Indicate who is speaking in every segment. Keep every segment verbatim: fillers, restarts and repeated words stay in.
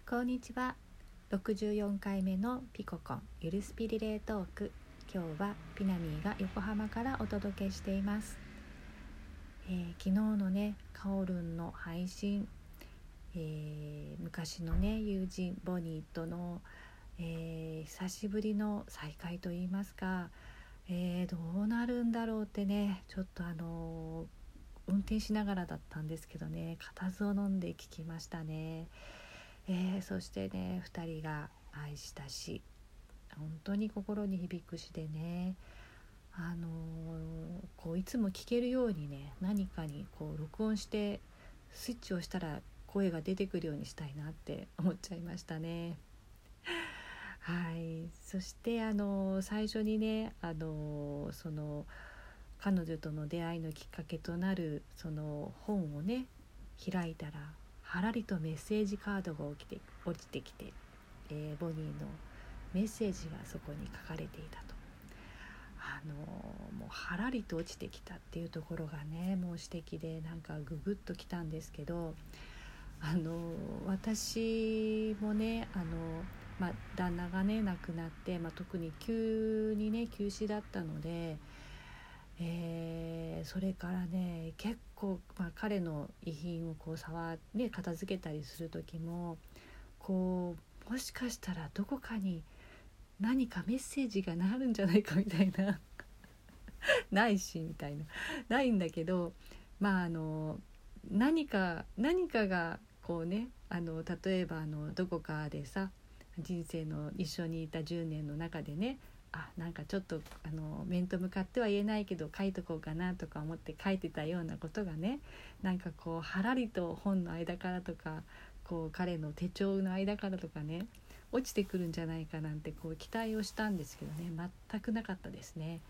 Speaker 1: こんにちは。ろくじゅうよんかいめのピココンゆるスピリレートーク。今日はピナミーが横浜からお届けしています。えー、昨日のねカオルンの配信、えー、昔のね友人ボニーとの、えー、久しぶりの再会といいますか、えー、どうなるんだろうってねちょっとあのー、運転しながらだったんですけどね、固唾を飲んで聞きましたね。えー、そしてねふたりが愛したし、本当に心に響くしでね、あのー、こういつも聞けるようにね何かにこう録音してスイッチをしたら声が出てくるようにしたいなって思っちゃいましたね。はい。そしてあのー、最初にねあのー、その彼女との出会いのきっかけとなるその本をね開いたら、はらりとメッセージカードが落ちて落ちてきて、えー、ボニーのメッセージがそこに書かれていたと。あのー、もうはらりと落ちてきたっていうところがねもう素敵で、なんかググッときたんですけど、あのー、私もねあのーまあ、旦那がね亡くなって、まあ、特に急にね急死だったので、えー、それからね結構、まあ、彼の遺品をこう触ね片付けたりする時もこうもしかしたらどこかに何かメッセージがなるんじゃないかみたいなないしみたいなないんだけど、まああの何か何かがこうねあの例えばあのどこかでさ人生の一緒にいたじゅうねんの中でね、あなんかちょっとあの面と向かっては言えないけど書いとこうかなとか思って書いてたようなことがね、なんかこうはらりと本の間からとかこう彼の手帳の間からとかね落ちてくるんじゃないかなんてこう期待をしたんですけどね、全くなかったですね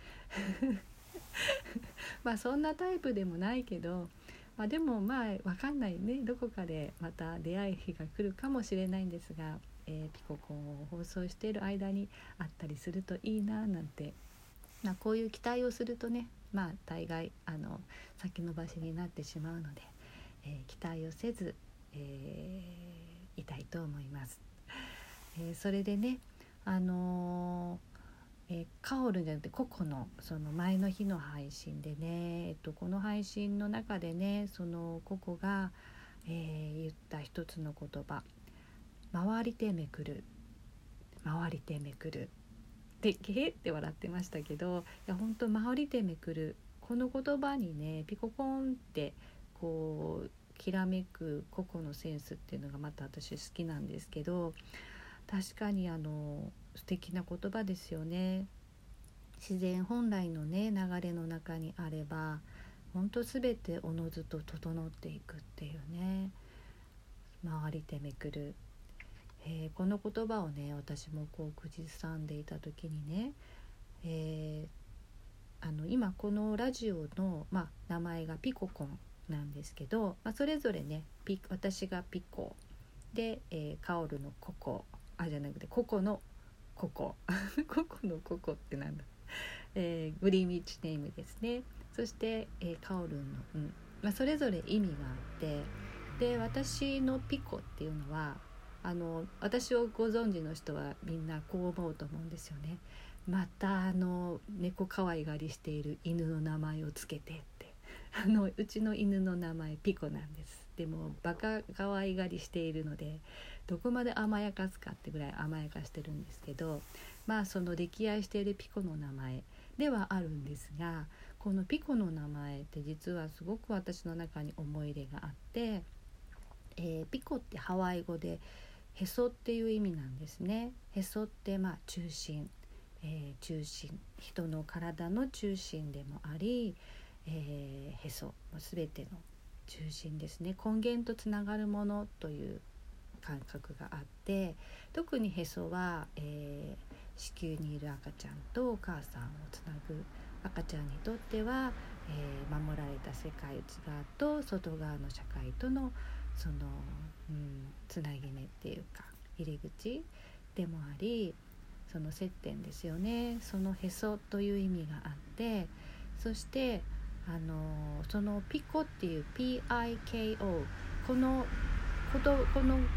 Speaker 1: まあそんなタイプでもないけど、まあ、でもまあ分かんないね、どこかでまた出会い日が来るかもしれないんですが、えー、ピココンを放送している間にあったりするといいななんて、まあ、こういう期待をするとねまあ大概あの先延ばしになってしまうので、えー、期待をせず、えー、いたいと思います。えー、それでねあのーえー、カオルじゃなくてココのその前の日の配信でね、えっと、この配信の中でねそのココが、えー、言った一つの言葉、回りてめくる回りてめくるでゲーって笑ってましたけど、いや本当回りてめくるこの言葉にねピココンってこうきらめくココのセンスっていうのがまた私好きなんですけど、確かにあの素敵な言葉ですよね。自然本来のね流れの中にあれば本当すべておのずと整っていくっていうね、回りてめくる、えー、この言葉をね私もこう口ずさんでいた時にね、えー、あの今このラジオの、まあ、名前がピココンなんですけど、まあ、それぞれねピ私がピコで、えー、カオルのココあじゃなくてココのココココのココってなんだ、えー、グリーンウィッチネームですね。そして、えー、カオルンの、うんまあ、それぞれ意味があって、で私のピコっていうのはあの私をご存知の人はみんなこう思うと思うんですよね。またあの猫可愛がりしている犬の名前をつけてってあのうちの犬の名前ピコなんです。でもバカ可愛がりしているのでどこまで甘やかすかってぐらい甘やかしてるんですけど、まあその溺愛しているピコの名前ではあるんですが、このピコの名前って実はすごく私の中に思い入れがあって、えー、ピコってハワイ語でへそっていう意味なんですね。へそってまあ中心、えー、中心人の体の中心でもあり、えー、へそすべての中心ですね。根源とつながるものという感覚があって、特にへそは、えー、子宮にいる赤ちゃんとお母さんをつなぐ、赤ちゃんにとっては、えー、守られた世界内側と外側の社会とのその、うん、つなぎ目っていうか入り口でもあり、その接点ですよね。そのへそという意味があって、そしてあのそのピコっていう ピーアイケーオー このことこの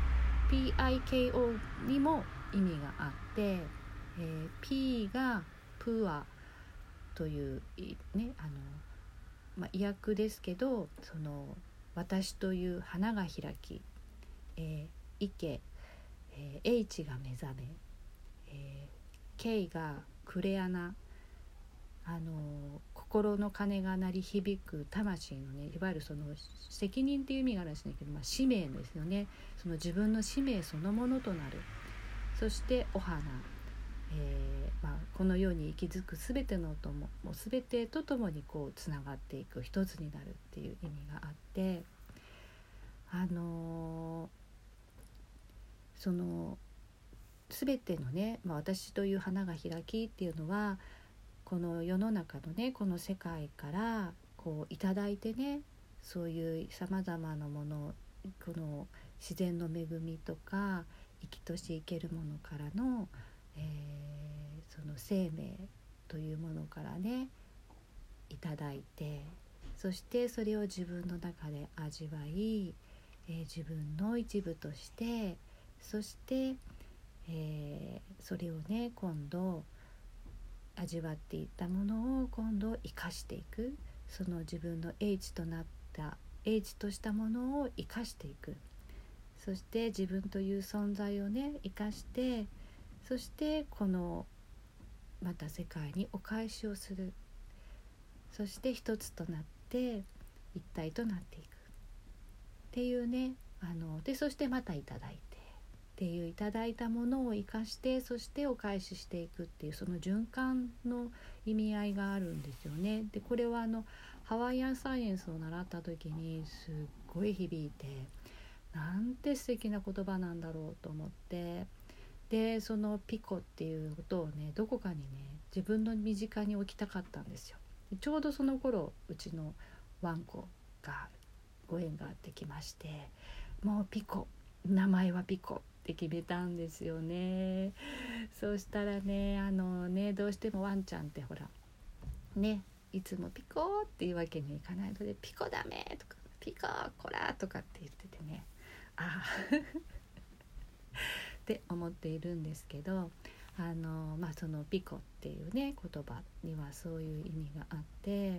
Speaker 1: ピーアイケーオー にも意味があって、えー、P がプアというね、あの、まあ、意訳ですけど、その私という花が開き、えー、池、えー、H が目覚め、えー、K がクレアナ、あの心の鐘が鳴り響く魂のね、いわゆるその責任っていう意味があるんですけど、まあ、使命ですよね。その自分の使命そのものとなる。そしてお花、えーまあ、この世に息づくすべてのとももうすべてとともにこうつながっていく、一つになるっていう意味があって、あのー、そのすべてのね、まあ、私という花が開きっていうのは、この世の中のね、この世界からこういただいてね、そういうさまざまなもの、この自然の恵みとか生きとし生けるものからの、えー、その生命というものからねいただいて、そしてそれを自分の中で味わい、えー、自分の一部として、そして、えー、それをね今度味わっていったものを今度生かしていく、その自分の H となった H としたものを生かしていく、そして自分という存在をね生かして、そしてこのまた世界にお返しをする、そして一つとなって一体となっていくっていうね、あのでそしてまたいただいてっていう、いただいたものを生かして、そしてお返ししていくっていう、その循環の意味合いがあるんですよね。でこれはあのハワイアンサイエンスを習った時にすっごい響いて、なんて素敵な言葉なんだろうと思って、でそのピコっていうことをねどこかにね自分の身近に置きたかったんですよ。ちょうどその頃うちのワンコがご縁があってきまして、もうピコ、名前はピコって決めたんですよね。そうしたらね、あのねどうしてもワンちゃんってほらね、いつもピコっていうわけにはいかないので、ピコダメとかピココラとかって言っててね、ああって思っているんですけど、あのまあそのピコっていうね言葉にはそういう意味があって、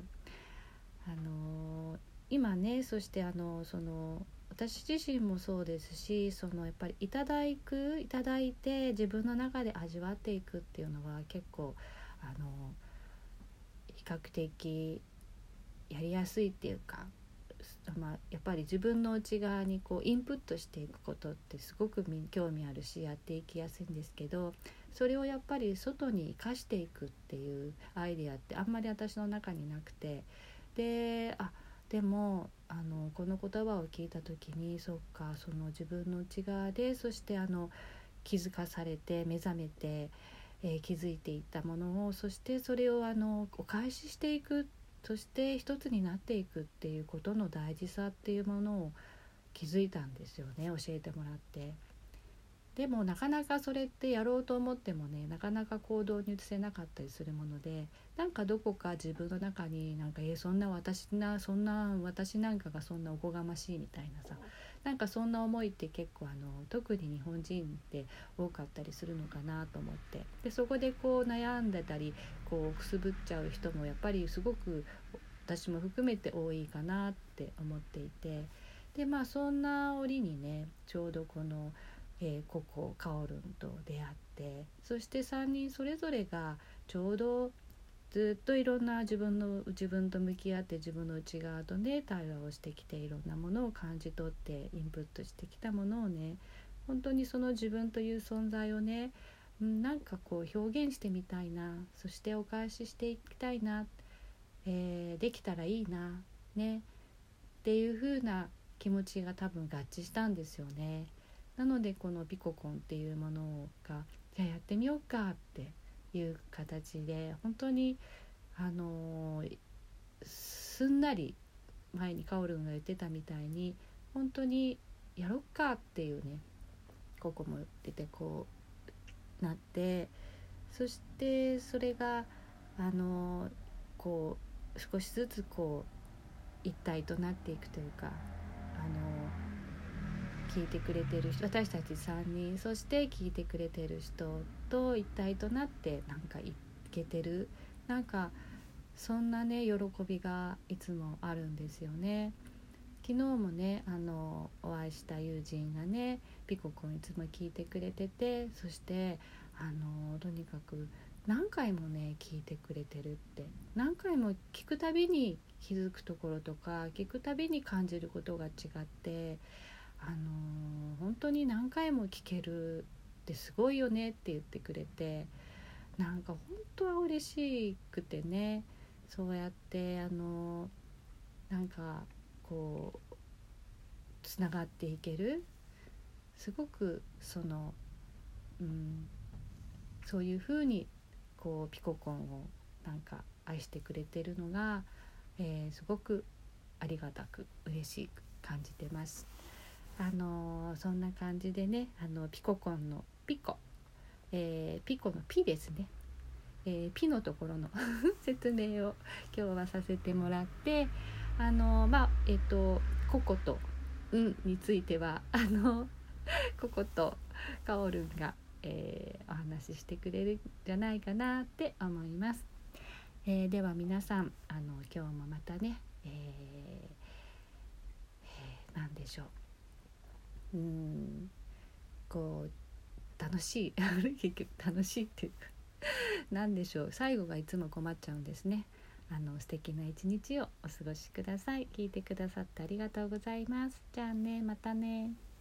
Speaker 1: あの今ね、そしてあのその私自身もそうですし、そのやっぱりいただくいただいて自分の中で味わっていくっていうのは結構あの比較的やりやすいっていうか、まあ、やっぱり自分の内側にこうインプットしていくことってすごく興味あるしやっていきやすいんですけど、それをやっぱり外に生かしていくっていうアイデアってあんまり私の中になくて、であでもあのこの言葉を聞いた時に、そっか、その自分の内側で、そしてあの気づかされて目覚めて、えー、気づいていったものを、そしてそれをあのお返ししていく、そして一つになっていくっていうことの大事さっていうものを気づいたんですよね、教えてもらって。でもなかなかそれってやろうと思ってもね、なかなか行動に移せなかったりするもので、なんかどこか自分の中になんかえー、そんな私なそんな私なんかがそんなおこがましいみたいなさ、なんかそんな思いって結構あの特に日本人って多かったりするのかなと思って、でそこでこう悩んでたりこうくすぶっちゃう人もやっぱりすごく私も含めて多いかなって思っていて、でまあそんな折にね、ちょうどこのえー、ココカオルンと出会って、そしてさんにんそれぞれがちょうどずっといろんな自分の自分と向き合って、自分の内側とね対話をしてきて、いろんなものを感じ取ってインプットしてきたものをね、本当にその自分という存在をね、なんかこう表現してみたいな、そしてお返ししていきたいな、えー、できたらいいなねっていう風な気持ちが多分合致したんですよね。なのでこのピココンっていうものがじゃあやってみようかっていう形で、本当にあのー、すんなり前にカオルンが言ってたみたいに本当にやろっかっていうね、ココも言っててこうなって、そしてそれがあのー、こう少しずつこう一体となっていくというか、あのー聞いてくれてる人、私たちさんにん、そして聞いてくれてる人と一体となってなんかいけてる、なんかそんなね喜びがいつもあるんですよね。昨日もねあのお会いした友人がねピココンいつも聞いてくれてて、そしてあのとにかく何回もね聞いてくれてるって、何回も聞くたびに気づくところとか聞くたびに感じることが違って、あの本当に何回も聞けるってすごいよねって言ってくれて、なんか本当は嬉しくてね、そうやってあのなんかこうつながっていける、すごくその、うん、そういう風にこうピココンをなんか愛してくれてるのが、えー、すごくありがたく嬉しく感じてます。あのー、そんな感じでね、あのピココンのピコ、えー、ピコのピですね、えー、ピのところの説明を今日はさせてもらって、あのー、まあえっ、ー、とココとうんについてはあのココとカオルンが、えー、お話ししてくれるんじゃないかなって思います。えー、では皆さん、あの今日もまたね、えーえー、何でしょう、うーんこう楽しい結局楽しいっていうか何でしょう、最後がいつも困っちゃうんですね。あの素敵な一日をお過ごしください。聞いてくださってありがとうございます。じゃあね、またね。